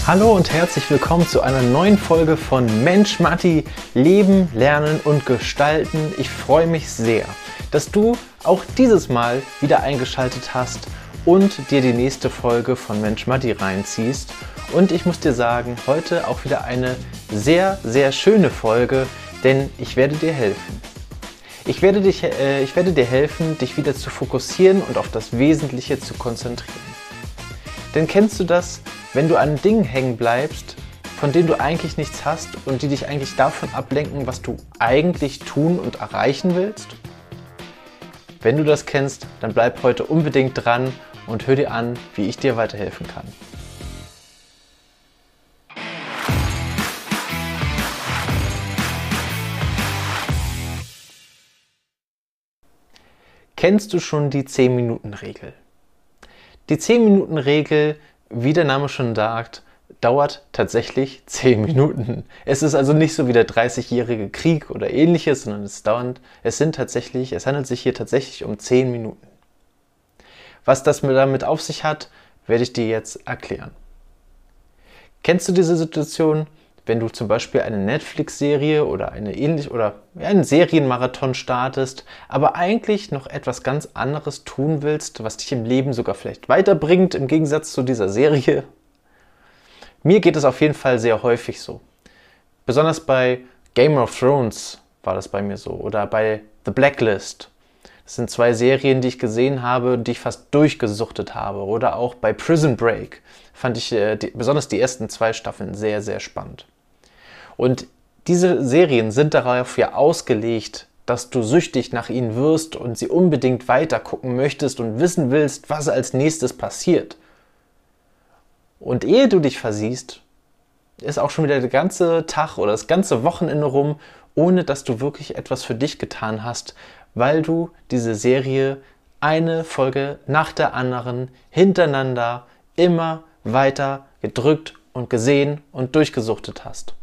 Hallo und herzlich willkommen zu einer neuen Folge von Mensch Matti, Leben, Lernen und Gestalten. Ich freue mich sehr, dass du auch dieses Mal wieder eingeschaltet hast und dir die nächste Folge von Mensch Matti reinziehst. Und ich muss dir sagen, heute auch wieder eine sehr, sehr schöne Folge, denn ich werde dir helfen. Ich werde dir helfen, dich wieder zu fokussieren und auf das Wesentliche zu konzentrieren. Denn kennst du das, wenn du an Dingen hängen bleibst, von denen du eigentlich nichts hast und die dich eigentlich davon ablenken, was du eigentlich tun und erreichen willst? Wenn du das kennst, dann bleib heute unbedingt dran und hör dir an, wie ich dir weiterhelfen kann. Kennst du schon die 10-Minuten-Regel? Die 10-Minuten-Regel, wie der Name schon sagt, dauert tatsächlich 10 Minuten. Es ist also nicht so wie der 30-jährige Krieg oder ähnliches, sondern es handelt sich hier tatsächlich um 10 Minuten. Was das damit auf sich hat, werde ich dir jetzt erklären. Kennst du diese Situation, wenn du zum Beispiel eine Netflix-Serie oder einen Serienmarathon startest, aber eigentlich noch etwas ganz anderes tun willst, was dich im Leben sogar vielleicht weiterbringt, im Gegensatz zu dieser Serie? Mir geht es auf jeden Fall sehr häufig so. Besonders bei Game of Thrones war das bei mir so oder bei The Blacklist. Das sind 2 Serien, die ich gesehen habe und die ich fast durchgesuchtet habe. Oder auch bei Prison Break fand ich besonders die ersten 2 Staffeln sehr, sehr spannend. Und diese Serien sind darauf ja ausgelegt, dass du süchtig nach ihnen wirst und sie unbedingt weiter gucken möchtest und wissen willst, was als nächstes passiert. Und ehe du dich versiehst, ist auch schon wieder der ganze Tag oder das ganze Wochenende rum, ohne dass du wirklich etwas für dich getan hast, weil du diese Serie eine Folge nach der anderen hintereinander immer weiter gedrückt und gesehen und durchgesuchtet hast.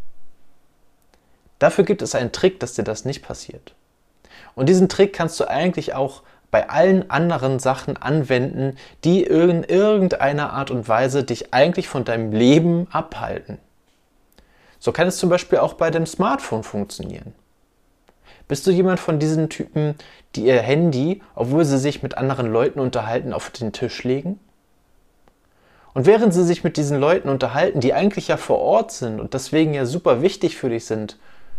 Dafür gibt es einen Trick, dass dir das nicht passiert. Und diesen Trick kannst du eigentlich auch bei allen anderen Sachen anwenden, die in irgendeiner Art und Weise dich eigentlich von deinem Leben abhalten. So kann es zum Beispiel auch bei dem Smartphone funktionieren. Bist du jemand von diesen Typen, die ihr Handy, obwohl sie sich mit anderen Leuten unterhalten, auf den Tisch legen? Und während sie sich mit diesen Leuten unterhalten, die eigentlich ja vor Ort sind und deswegen ja super wichtig für dich sind,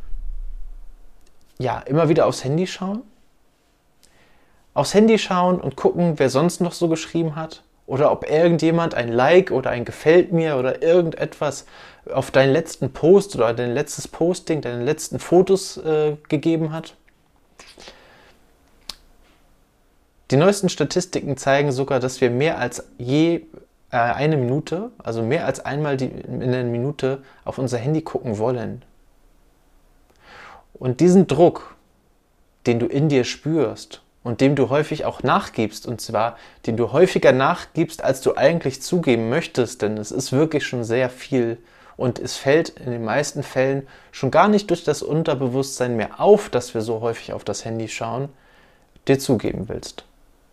ja, immer wieder aufs Handy schauen? Aufs Handy schauen und gucken, wer sonst noch so geschrieben hat? Oder ob irgendjemand ein Like oder ein Gefällt mir oder irgendetwas auf deinen letzten Post oder dein letztes Posting, deine letzten Fotos gegeben hat? Die neuesten Statistiken zeigen sogar, dass wir mehr als eine Minute, also mehr als einmal in einer Minute auf unser Handy gucken wollen. Und diesen Druck, den du in dir spürst und dem du häufig auch nachgibst, und zwar den du häufiger nachgibst, als du eigentlich zugeben möchtest, denn es ist wirklich schon sehr viel und es fällt in den meisten Fällen schon gar nicht durch das Unterbewusstsein mehr auf, dass wir so häufig auf das Handy schauen, dir zugeben willst.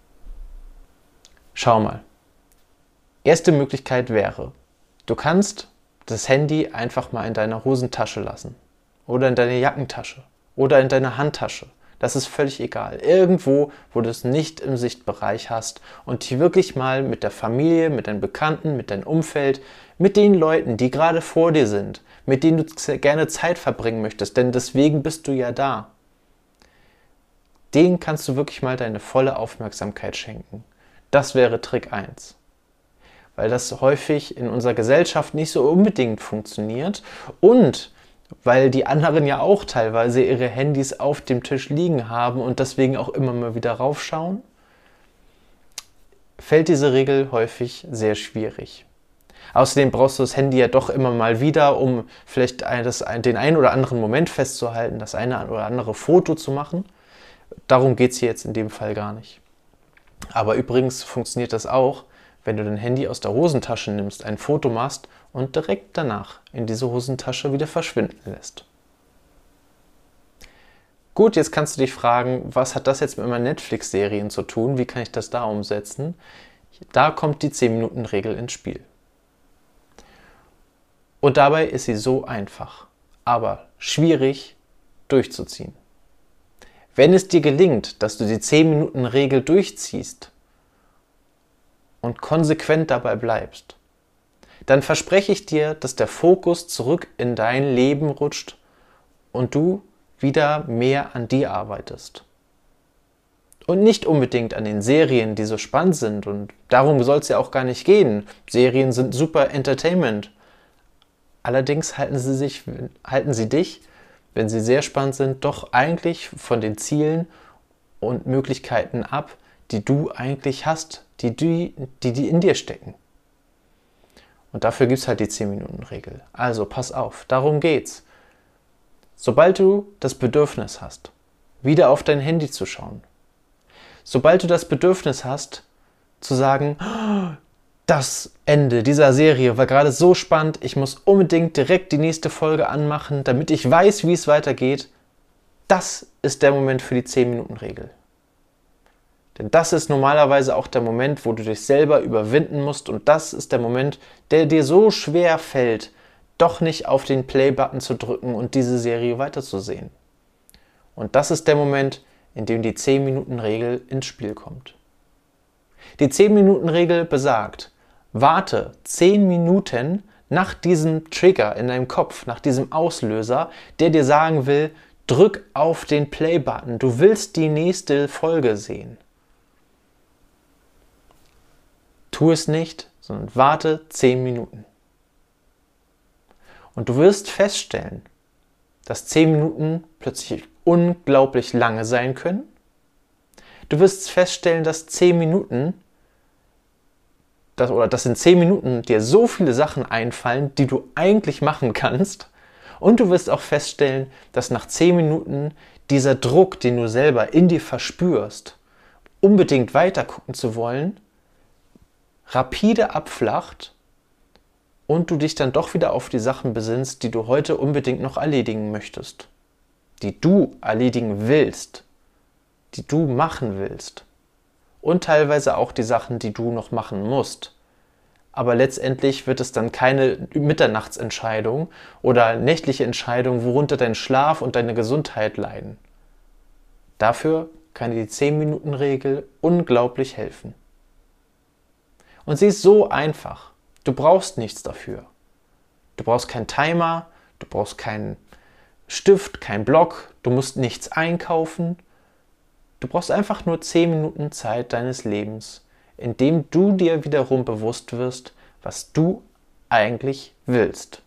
Schau mal. Erste Möglichkeit wäre, du kannst das Handy einfach mal in deiner Hosentasche lassen. Oder in deine Jackentasche oder in deine Handtasche. Das ist völlig egal. Irgendwo, wo du es nicht im Sichtbereich hast und dich wirklich mal mit der Familie, mit deinen Bekannten, mit deinem Umfeld, mit den Leuten, die gerade vor dir sind, mit denen du gerne Zeit verbringen möchtest, denn deswegen bist du ja da. Denen kannst du wirklich mal deine volle Aufmerksamkeit schenken. Das wäre Trick 1. Weil das häufig in unserer Gesellschaft nicht so unbedingt funktioniert und weil die anderen ja auch teilweise ihre Handys auf dem Tisch liegen haben und deswegen auch immer mal wieder raufschauen, fällt diese Regel häufig sehr schwierig. Außerdem brauchst du das Handy ja doch immer mal wieder, um vielleicht den einen oder anderen Moment festzuhalten, das eine oder andere Foto zu machen. Darum geht es hier jetzt in dem Fall gar nicht. Aber übrigens funktioniert das auch, wenn du dein Handy aus der Hosentasche nimmst, ein Foto machst und direkt danach in diese Hosentasche wieder verschwinden lässt. Gut, jetzt kannst du dich fragen, was hat das jetzt mit meinen Netflix-Serien zu tun? Wie kann ich das da umsetzen? Da kommt die 10-Minuten-Regel ins Spiel. Und dabei ist sie so einfach, aber schwierig durchzuziehen. Wenn es dir gelingt, dass du die 10-Minuten-Regel durchziehst und konsequent dabei bleibst, dann verspreche ich dir, dass der Fokus zurück in dein Leben rutscht und du wieder mehr an dir arbeitest. Und nicht unbedingt an den Serien, die so spannend sind, und darum soll es ja auch gar nicht gehen. Serien sind super Entertainment. Allerdings halten sie dich, wenn sie sehr spannend sind, doch eigentlich von den Zielen und Möglichkeiten ab, die du eigentlich hast, die in dir stecken. Und dafür gibt es halt die 10-Minuten-Regel. Also pass auf, darum geht's. Sobald du das Bedürfnis hast, wieder auf dein Handy zu schauen, sobald du das Bedürfnis hast, zu sagen, das Ende dieser Serie war gerade so spannend, ich muss unbedingt direkt die nächste Folge anmachen, damit ich weiß, wie es weitergeht, das ist der Moment für die 10-Minuten-Regel. Denn das ist normalerweise auch der Moment, wo du dich selber überwinden musst, und das ist der Moment, der dir so schwer fällt, doch nicht auf den Play-Button zu drücken und diese Serie weiterzusehen. Und das ist der Moment, in dem die 10-Minuten-Regel ins Spiel kommt. Die 10-Minuten-Regel besagt, warte 10 Minuten nach diesem Trigger in deinem Kopf, nach diesem Auslöser, der dir sagen will, drück auf den Play-Button, du willst die nächste Folge sehen. Tu es nicht, sondern warte 10 Minuten. Und du wirst feststellen, dass 10 Minuten plötzlich unglaublich lange sein können. Du wirst feststellen, dass dass in 10 Minuten dir so viele Sachen einfallen, die du eigentlich machen kannst. Und du wirst auch feststellen, dass nach 10 Minuten dieser Druck, den du selber in dir verspürst, unbedingt weiter gucken zu wollen, rapide abflacht und du dich dann doch wieder auf die Sachen besinnst, die du heute unbedingt noch erledigen möchtest, die du erledigen willst, die du machen willst, und teilweise auch die Sachen, die du noch machen musst. Aber letztendlich wird es dann keine Mitternachtsentscheidung oder nächtliche Entscheidung, worunter dein Schlaf und deine Gesundheit leiden. Dafür kann dir die 10-Minuten-Regel unglaublich helfen. Und sie ist so einfach. Du brauchst nichts dafür. Du brauchst keinen Timer, du brauchst keinen Stift, keinen Block, du musst nichts einkaufen. Du brauchst einfach nur 10 Minuten Zeit deines Lebens, in dem du dir wiederum bewusst wirst, was du eigentlich willst.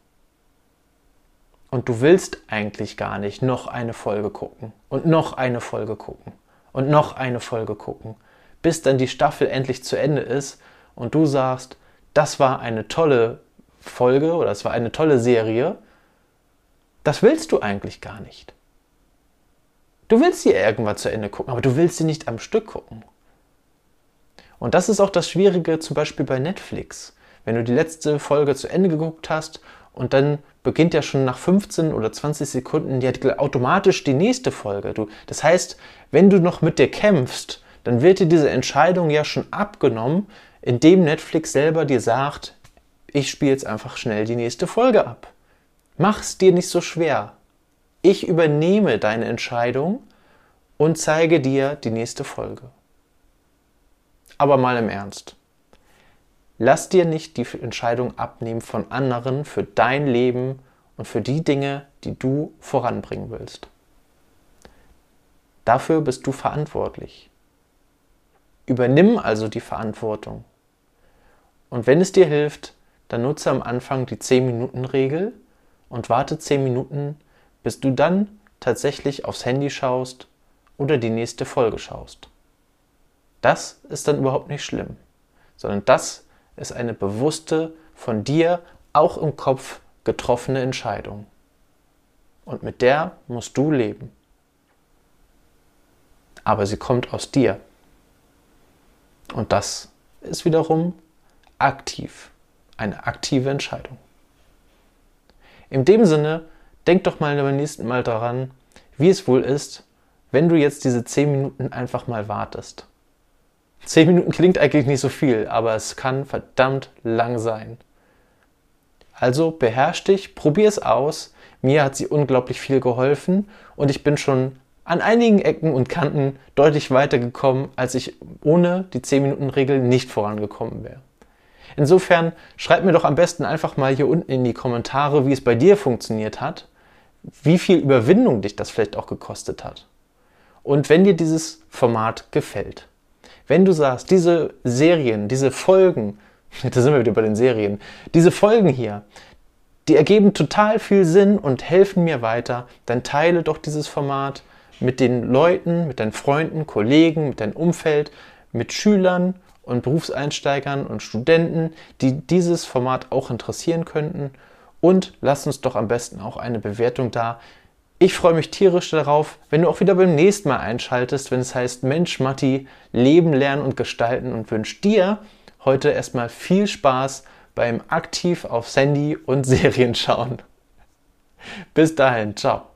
Und du willst eigentlich gar nicht noch eine Folge gucken und noch eine Folge gucken und noch eine Folge gucken, bis dann die Staffel endlich zu Ende ist und du sagst, das war eine tolle Folge oder es war eine tolle Serie. Das willst du eigentlich gar nicht. Du willst sie irgendwann zu Ende gucken, aber du willst sie nicht am Stück gucken. Und das ist auch das Schwierige zum Beispiel bei Netflix. Wenn du die letzte Folge zu Ende geguckt hast und dann beginnt ja schon nach 15 oder 20 Sekunden automatisch die nächste Folge. Das heißt, wenn du noch mit dir kämpfst, dann wird dir diese Entscheidung ja schon abgenommen, indem Netflix selber dir sagt, ich spiele jetzt einfach schnell die nächste Folge ab. Mach's dir nicht so schwer. Ich übernehme deine Entscheidung und zeige dir die nächste Folge. Aber mal im Ernst. Lass dir nicht die Entscheidung abnehmen von anderen für dein Leben und für die Dinge, die du voranbringen willst. Dafür bist du verantwortlich. Übernimm also die Verantwortung. Und wenn es dir hilft, dann nutze am Anfang die 10-Minuten-Regel und warte 10 Minuten, bis du dann tatsächlich aufs Handy schaust oder die nächste Folge schaust. Das ist dann überhaupt nicht schlimm, sondern das ist eine bewusste, von dir auch im Kopf getroffene Entscheidung. Und mit der musst du leben. Aber sie kommt aus dir. Und das ist wiederum aktiv, eine aktive Entscheidung. In dem Sinne, denk doch mal beim nächsten Mal daran, wie es wohl ist, wenn du jetzt diese 10 Minuten einfach mal wartest. 10 Minuten klingt eigentlich nicht so viel, aber es kann verdammt lang sein. Also beherrsch dich, probier es aus. Mir hat sie unglaublich viel geholfen und ich bin schon an einigen Ecken und Kanten deutlich weitergekommen, als ich ohne die 10-Minuten-Regel nicht vorangekommen wäre. Insofern schreib mir doch am besten einfach mal hier unten in die Kommentare, wie es bei dir funktioniert hat, wie viel Überwindung dich das vielleicht auch gekostet hat. Und wenn dir dieses Format gefällt, wenn du sagst, diese Serien, diese Folgen, da sind wir wieder bei den Serien, diese Folgen hier, die ergeben total viel Sinn und helfen mir weiter, dann teile doch dieses Format mit den Leuten, mit deinen Freunden, Kollegen, mit deinem Umfeld, mit Schülern und Berufseinsteigern und Studenten, die dieses Format auch interessieren könnten. Und lass uns doch am besten auch eine Bewertung da. Ich freue mich tierisch darauf, wenn du auch wieder beim nächsten Mal einschaltest, wenn es heißt Mensch Matti, Leben, Lernen und Gestalten, und wünsche dir heute erstmal viel Spaß beim aktiv aufs Handy und Serien schauen. Bis dahin, ciao.